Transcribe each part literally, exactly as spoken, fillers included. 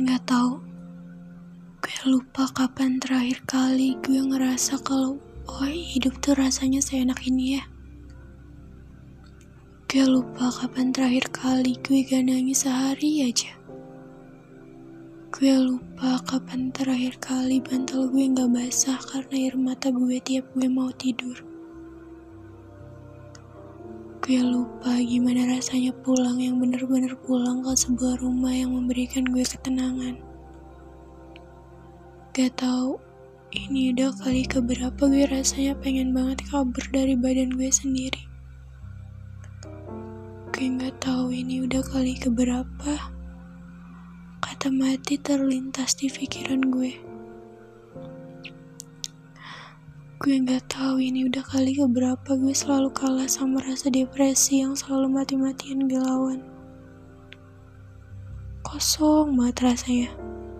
nggak tahu, gue lupa kapan terakhir kali gue ngerasa kalau oh hidup tuh rasanya seenak ini ya. Gue lupa kapan terakhir kali gue gak nangis sehari aja. Gue lupa kapan terakhir kali bantal gue gak basah karena air mata gue tiap gue mau tidur. Gue lupa gimana rasanya pulang yang bener-bener pulang ke sebuah rumah yang memberikan gue ketenangan. Gak tahu, ini udah kali keberapa gue rasanya pengen banget kabur dari badan gue sendiri. Gue gak tahu ini udah kali keberapa kata mati terlintas di pikiran gue. Gue gak tahu ini udah kali keberapa gue selalu kalah sama rasa depresi yang selalu mati-matian gue lawan. Kosong banget rasanya.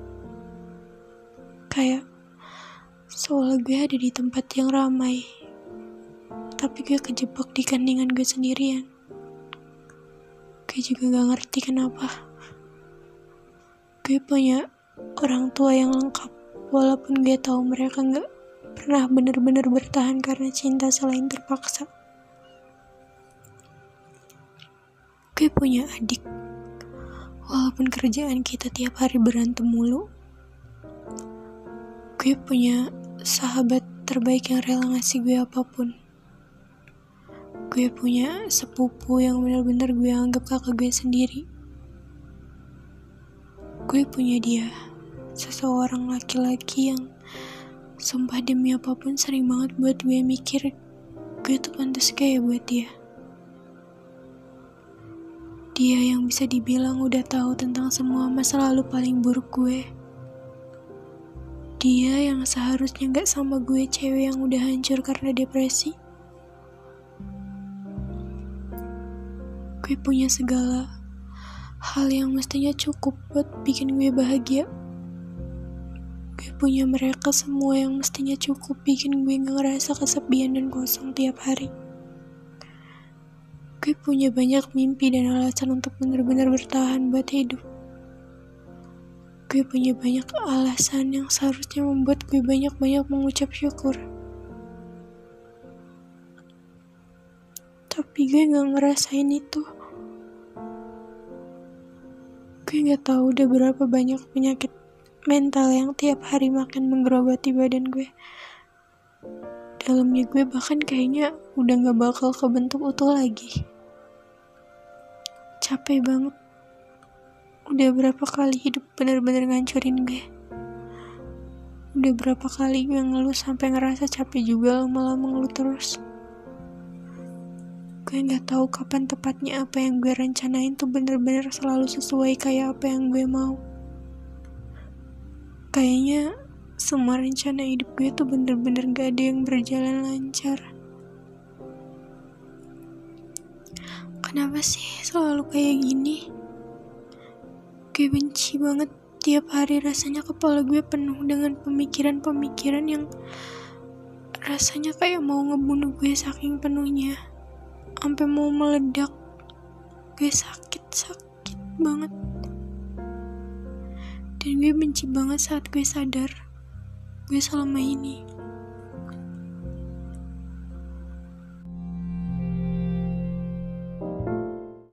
Kayak seolah gue ada di tempat yang ramai, tapi gue kejebak di kandingan gue sendirian. Gue juga gak ngerti kenapa. Gue punya orang tua yang lengkap, walaupun gue tahu mereka gak pernah benar-benar bertahan karena cinta selain terpaksa. Gue punya adik, walaupun kerjaan kita tiap hari berantem mulu. Gue punya sahabat terbaik yang rela ngasih gue apapun. Gue punya sepupu yang benar-benar gue anggap kakak gue sendiri. Gue punya dia, seseorang laki-laki yang sumpah demi apapun sering banget buat gue mikir gue tuh pantas gak ya buat dia. Dia yang bisa dibilang udah tahu tentang semua masa lalu paling buruk gue. Dia yang seharusnya gak sama gue cewek yang udah hancur karena depresi. Gue punya segala hal yang mestinya cukup buat bikin gue bahagia. Gue punya mereka semua yang mestinya cukup bikin gue gak ngerasa kesepian dan kosong tiap hari. Gue punya banyak mimpi dan alasan untuk benar-benar bertahan buat hidup. Gue punya banyak alasan yang seharusnya membuat gue banyak-banyak mengucap syukur. Tapi gue gak ngerasain itu. Gue gak tahu udah berapa banyak penyakit mental yang tiap hari makin menggerogoti badan gue. Dalamnya gue bahkan kayaknya udah gak bakal kebentuk utuh lagi. Capek banget. Udah berapa kali hidup bener-bener ngancurin gue. Udah berapa kali gue ngeluh sampai ngerasa capek juga lama-lama ngeluh terus. Gue gak tahu kapan tepatnya apa yang gue rencanain tuh bener-bener selalu sesuai kayak apa yang gue mau. Kayaknya semua rencana hidup gue tuh bener-bener gak ada yang berjalan lancar. Kenapa sih selalu kayak gini? Gue benci banget tiap hari rasanya kepala gue penuh dengan pemikiran-pemikiran yang rasanya kayak mau ngebunuh gue saking penuhnya. Sampai mau meledak. Gue sakit-sakit banget. Dan gue benci banget saat gue sadar gue selama ini